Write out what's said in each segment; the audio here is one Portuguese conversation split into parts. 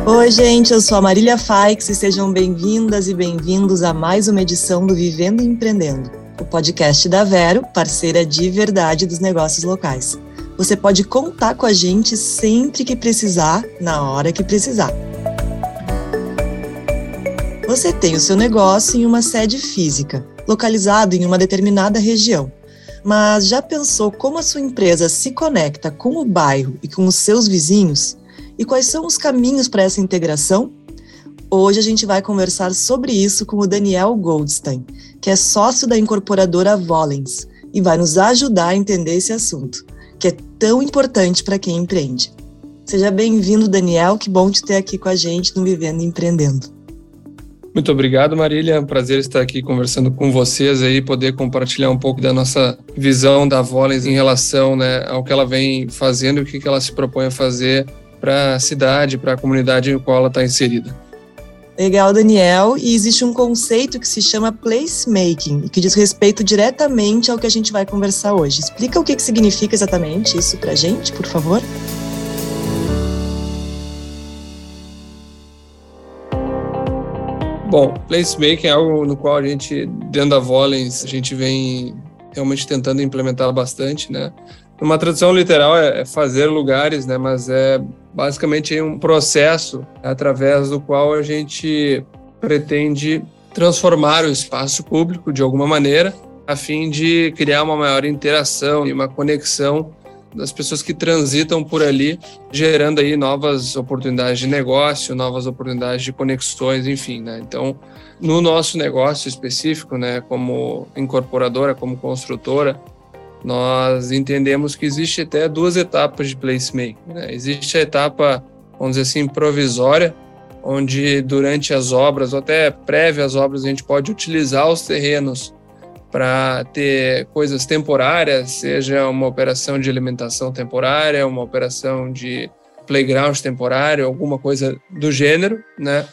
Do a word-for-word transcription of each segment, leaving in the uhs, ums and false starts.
Oi, gente, eu sou a Marília Faix e sejam bem-vindas e bem-vindos a mais uma edição do Vivendo e Empreendendo, o podcast da Vero, parceira de verdade dos negócios locais. Você pode contar com a gente sempre que precisar, na hora que precisar. Você tem o seu negócio em uma sede física, localizado em uma determinada região. Mas já pensou como a sua empresa se conecta com o bairro e com os seus vizinhos? E quais são os caminhos para essa integração? Hoje a gente vai conversar sobre isso com o Daniel Goldstein, que é sócio da incorporadora Volens, e vai nos ajudar a entender esse assunto, que é tão importante para quem empreende. Seja bem-vindo, Daniel, que bom te ter aqui com a gente no Vivendo e Empreendendo. Muito obrigado, Marília. É um prazer estar aqui conversando com vocês e poder compartilhar um pouco da nossa visão da Volens em relação, né, ao que ela vem fazendo e o que ela se propõe a fazer para a cidade, para a comunidade em qual ela está inserida. Legal, Daniel. E existe um conceito que se chama placemaking e que diz respeito diretamente ao que a gente vai conversar hoje. Explica o que, que significa exatamente isso para a gente, por favor. Bom, placemaking é algo no qual a gente, dentro da Volens, a gente vem realmente tentando implementar bastante, né? Uma tradução literal é fazer lugares, né? Mas é basicamente um processo através do qual a gente pretende transformar o espaço público de alguma maneira, a fim de criar uma maior interação e uma conexão das pessoas que transitam por ali, gerando aí novas oportunidades de negócio, novas oportunidades de conexões, enfim, né? Então, no nosso negócio específico, né, como incorporadora, como construtora, nós entendemos que existe até duas etapas de placemaking, né? Existe a etapa, vamos dizer assim, provisória, onde durante as obras, ou até prévia às obras, a gente pode utilizar os terrenos para ter coisas temporárias, seja uma operação de alimentação temporária, uma operação de playground temporário, alguma coisa do gênero, né?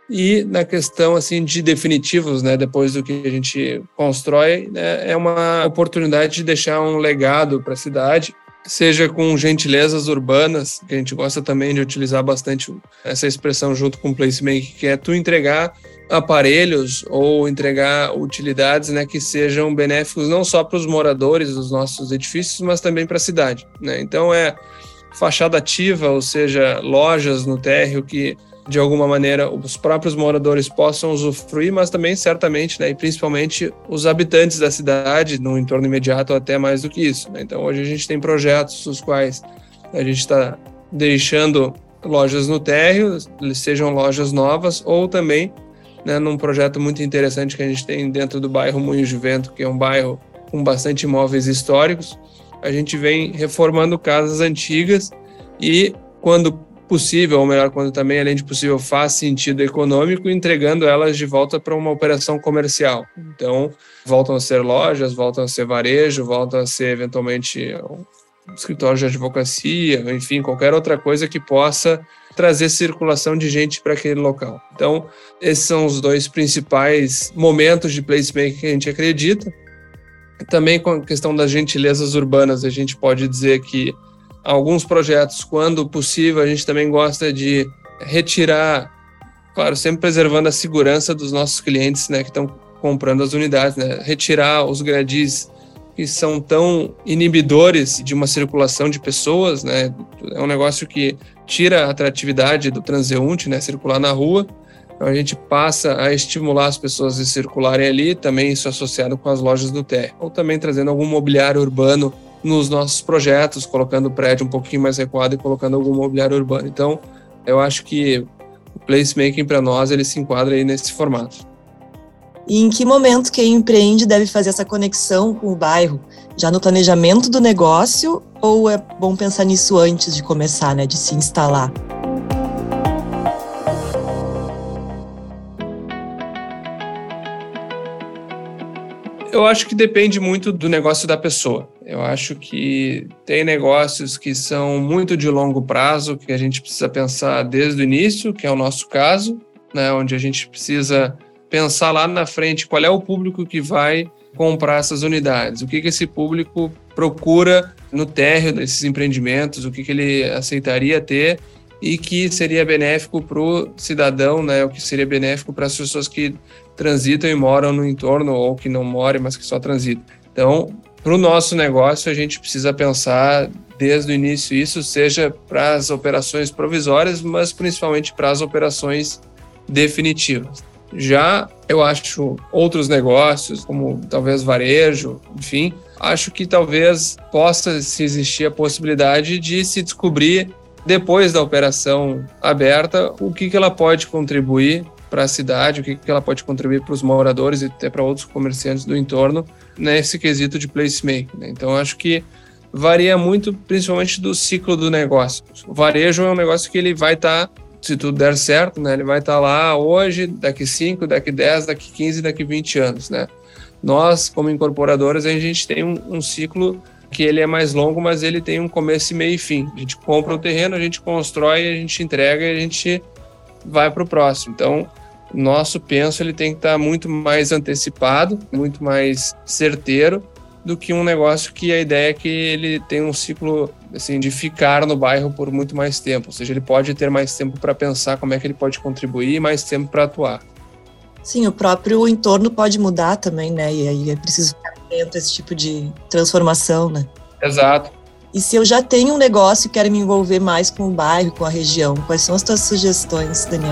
E na questão assim de definitivos, né, depois do que a gente constrói, né, é uma oportunidade de deixar um legado para a cidade, seja com gentilezas urbanas, que a gente gosta também de utilizar bastante essa expressão junto com o placemaking, que é tu entregar aparelhos ou entregar utilidades, né, que sejam benéficos não só para os moradores dos nossos edifícios, mas também para a cidade, né? Então é fachada ativa, ou seja, lojas no térreo que de alguma maneira os próprios moradores possam usufruir, mas também certamente, né, e principalmente os habitantes da cidade no entorno imediato, até mais do que isso, né? Então hoje a gente tem projetos os quais a gente está deixando lojas no térreo, sejam lojas novas ou também, né, num projeto muito interessante que a gente tem dentro do bairro Moinhos de Vento, que é um bairro com bastante imóveis históricos. A gente vem reformando casas antigas e, quando possível, ou melhor, quando também, além de possível, faz sentido econômico, entregando elas de volta para uma operação comercial. Então, voltam a ser lojas, voltam a ser varejo, voltam a ser, eventualmente, um escritório de advocacia, enfim, qualquer outra coisa que possa trazer circulação de gente para aquele local. Então, esses são os dois principais momentos de placemaking que a gente acredita. Também com a questão das gentilezas urbanas, a gente pode dizer que alguns projetos, quando possível, a gente também gosta de retirar, claro, sempre preservando a segurança dos nossos clientes, né, que estão comprando as unidades, né, retirar os gradis que são tão inibidores de uma circulação de pessoas, né, é um negócio que tira a atratividade do transeunte, né, circular na rua. Então a gente passa a estimular as pessoas a circularem ali, também isso associado com as lojas do térreo, ou também trazendo algum mobiliário urbano nos nossos projetos, colocando o prédio um pouquinho mais recuado e colocando algum mobiliário urbano. Então, eu acho que o placemaking para nós, ele se enquadra aí nesse formato. E em que momento quem empreende deve fazer essa conexão com o bairro? Já no planejamento do negócio ou é bom pensar nisso antes de começar, né, de se instalar? Eu acho que depende muito do negócio da pessoa. Eu acho que tem negócios que são muito de longo prazo, que a gente precisa pensar desde o início, que é o nosso caso, né, onde a gente precisa pensar lá na frente qual é o público que vai comprar essas unidades, o que, que esse público procura no térreo desses empreendimentos, o que, que ele aceitaria ter e que seria benéfico para o cidadão, né, o que seria benéfico para as pessoas que transitam e moram no entorno, ou que não moram, mas que só transitam. Então, para o nosso negócio, a gente precisa pensar desde o início isso, seja para as operações provisórias, mas principalmente para as operações definitivas. Já eu acho outros negócios, como talvez varejo, enfim, acho que talvez possa se existir a possibilidade de se descobrir, depois da operação aberta, o que, que ela pode contribuir para a cidade, o que, que ela pode contribuir para os moradores e até para outros comerciantes do entorno nesse quesito de placemaking, né? Então, acho que varia muito, principalmente do ciclo do negócio. O varejo é um negócio que ele vai estar, tá, se tudo der certo, né, ele vai estar tá lá hoje, daqui cinco, daqui dez, daqui quinze, daqui vinte anos, né? Nós, como incorporadoras, a gente tem um, um ciclo que ele é mais longo, mas ele tem um começo, meio e fim. A gente compra o terreno, a gente constrói, a gente entrega e a gente vai para o próximo. Então, nosso penso ele tem que estar muito mais antecipado, muito mais certeiro do que um negócio que a ideia é que ele tem um ciclo assim, de ficar no bairro por muito mais tempo. Ou seja, ele pode ter mais tempo para pensar como é que ele pode contribuir e mais tempo para atuar. Sim, o próprio entorno pode mudar também, né? E aí é preciso ficar atento a esse tipo de transformação, né? Exato. E se eu já tenho um negócio e quero me envolver mais com o bairro, com a região, quais são as tuas sugestões, Daniel?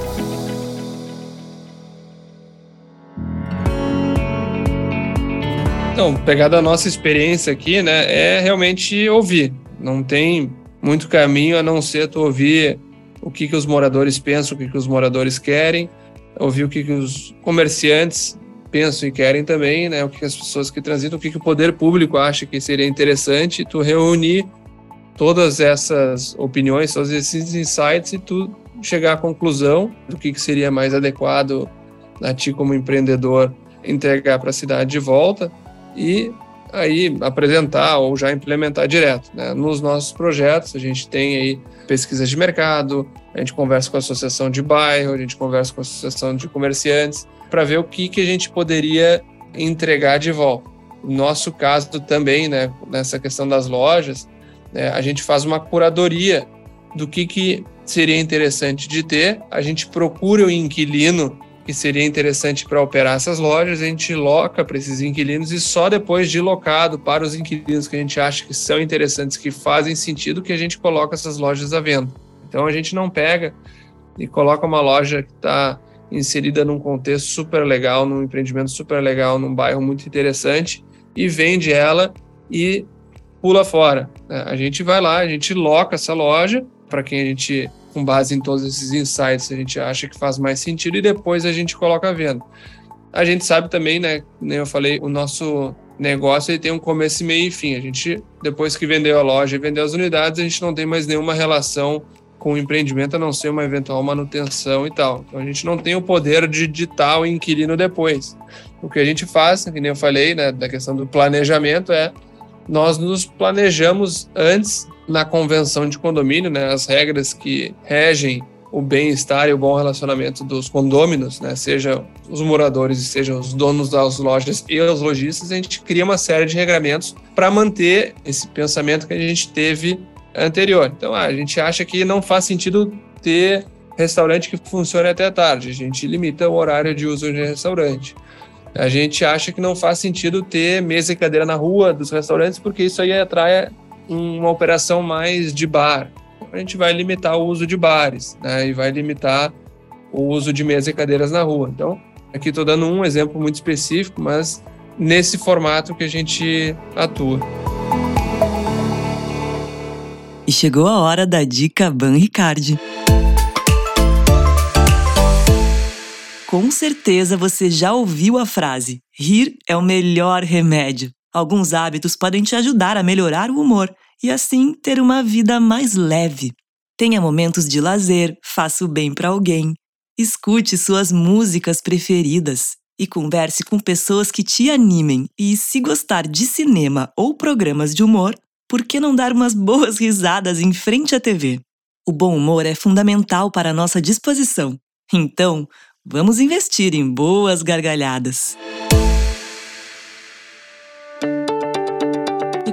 Então, pegar da nossa experiência aqui, né, é realmente ouvir. Não tem muito caminho a não ser tu ouvir o que, que os moradores pensam, o que, que os moradores querem, ouvir o que, que os comerciantes pensam e querem também, né, o que, que as pessoas que transitam, o que, que o poder público acha que seria interessante, tu reunir todas essas opiniões, todos esses insights e tu chegar à conclusão do que, que seria mais adequado a ti como empreendedor entregar para a cidade de volta e aí apresentar ou já implementar direto, né? Nos nossos projetos a gente tem aí pesquisas de mercado, a gente conversa com a associação de bairro, a gente conversa com a associação de comerciantes para ver o que, que a gente poderia entregar de volta. No nosso caso também, né, nessa questão das lojas, né, a gente faz uma curadoria do que, que seria interessante de ter, a gente procura o inquilino que seria interessante para operar essas lojas, a gente loca para esses inquilinos e só depois de locado para os inquilinos que a gente acha que são interessantes, que fazem sentido, que a gente coloca essas lojas à venda. Então a gente não pega e coloca uma loja que está inserida num contexto super legal, num empreendimento super legal, num bairro muito interessante e vende ela e pula fora. A gente vai lá, a gente loca essa loja para quem a gente, com base em todos esses insights, a gente acha que faz mais sentido e depois a gente coloca a venda. A gente sabe também, né, como eu falei, o nosso negócio ele tem um começo, meio e fim. A gente, depois que vendeu a loja e vendeu as unidades, a gente não tem mais nenhuma relação com o empreendimento, a não ser uma eventual manutenção e tal. Então a gente não tem o poder de ditar o inquilino depois. O que a gente faz, que nem eu falei, né, da questão do planejamento, é nós nos planejamos antes na convenção de condomínio, né, as regras que regem o bem-estar e o bom relacionamento dos condôminos, né, seja os moradores e seja os donos das lojas e os lojistas, a gente cria uma série de regramentos para manter esse pensamento que a gente teve anterior. Então, ah, a gente acha que não faz sentido ter restaurante que funcione até tarde, a gente limita o horário de uso de restaurante. A gente acha que não faz sentido ter mesa e cadeira na rua dos restaurantes, porque isso aí atrai uma operação mais de bar. A gente vai limitar o uso de bares, né, e vai limitar o uso de mesa e cadeiras na rua. Então, aqui estou dando um exemplo muito específico, mas nesse formato que a gente atua. E chegou a hora da dica Banricardi. Com certeza você já ouviu a frase: rir é o melhor remédio. Alguns hábitos podem te ajudar a melhorar o humor e assim ter uma vida mais leve. Tenha momentos de lazer, faça o bem para alguém, escute suas músicas preferidas e converse com pessoas que te animem. E se gostar de cinema ou programas de humor, por que não dar umas boas risadas em frente à T V? O bom humor é fundamental para a nossa disposição. Então, vamos investir em boas gargalhadas. E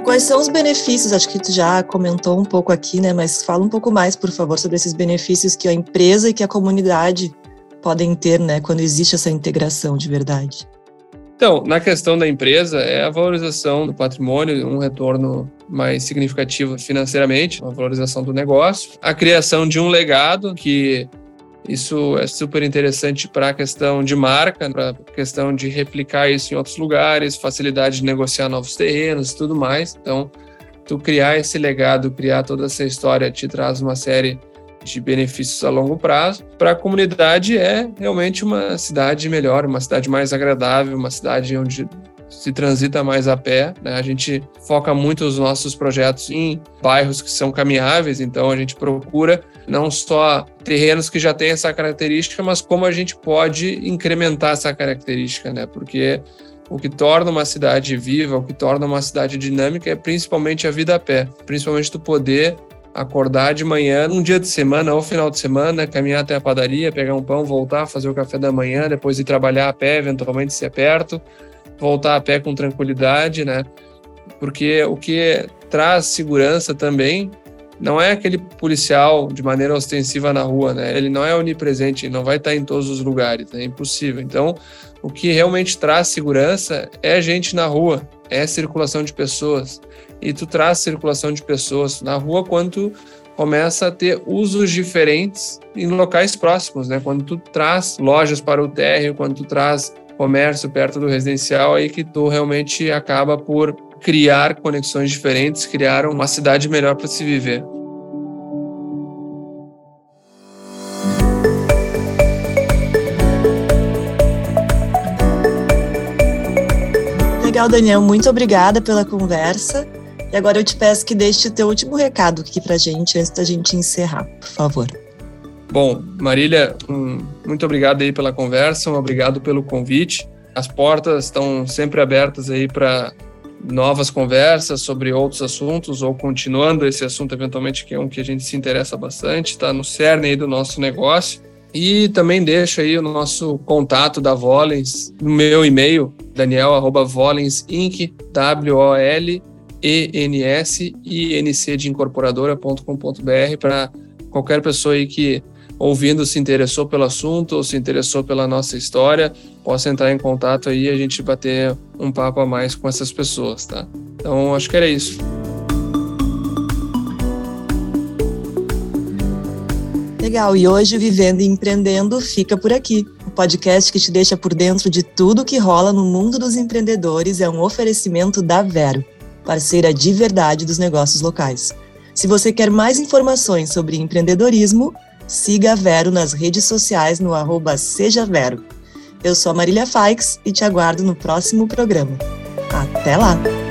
Quais são os benefícios? Acho que tu já comentou um pouco aqui, né? Mas fala um pouco mais, por favor, sobre esses benefícios que a empresa e que a comunidade podem ter, né? Quando existe essa integração de verdade. Então, na questão da empresa, é a valorização do patrimônio, um retorno mais significativo financeiramente, uma valorização do negócio, a criação de um legado, que isso é super interessante para a questão de marca, para a questão de replicar isso em outros lugares, facilidade de negociar novos terrenos e tudo mais. Então, tu criar esse legado, criar toda essa história, te traz uma série de benefícios a longo prazo. Para a comunidade é realmente uma cidade melhor, uma cidade mais agradável, uma cidade onde se transita mais a pé, né? A gente foca muito os nossos projetos em bairros que são caminháveis, então a gente procura não só terrenos que já têm essa característica, mas como a gente pode incrementar essa característica, né? Porque o que torna uma cidade viva, o que torna uma cidade dinâmica é principalmente a vida a pé, principalmente tu poder acordar de manhã, num dia de semana ou final de semana, caminhar até a padaria, pegar um pão, voltar, fazer o café da manhã, depois ir trabalhar a pé, eventualmente se é perto, voltar a pé com tranquilidade, né? Porque o que traz segurança também não é aquele policial de maneira ostensiva na rua, né? Ele não é onipresente, ele não vai estar em todos os lugares, é impossível. Então, o que realmente traz segurança é gente na rua, é circulação de pessoas. E tu traz circulação de pessoas na rua quando tu começa a ter usos diferentes em locais próximos, né? Quando tu traz lojas para o térreo, quando tu traz comércio perto do residencial, aí que tu realmente acaba por criar conexões diferentes, criar uma cidade melhor para se viver. Legal, Daniel, muito obrigada pela conversa. E agora eu te peço que deixe o teu último recado aqui pra gente, antes da gente encerrar, por favor. Bom, Marília, um, muito obrigado aí pela conversa, um obrigado pelo convite. As portas estão sempre abertas aí para novas conversas sobre outros assuntos, ou continuando esse assunto eventualmente, que é um que a gente se interessa bastante, está no cerne aí do nosso negócio. E também deixo aí o nosso contato da Volens no meu e-mail, daniel arroba volens inc, W O L E N S I N C de incorporadora ponto com ponto b r, para qualquer pessoa aí que ouvindo se interessou pelo assunto ou se interessou pela nossa história, possa entrar em contato aí e a gente bater um papo a mais com essas pessoas, tá? Então, acho que era isso. Legal, e hoje o Vivendo e Empreendendo fica por aqui. O podcast que te deixa por dentro de tudo que rola no mundo dos empreendedores é um oferecimento da Vero, parceira de verdade dos negócios locais. Se você quer mais informações sobre empreendedorismo, siga a Vero nas redes sociais no arroba Seja Vero. Eu sou a Marília Faix e te aguardo no próximo programa. Até lá!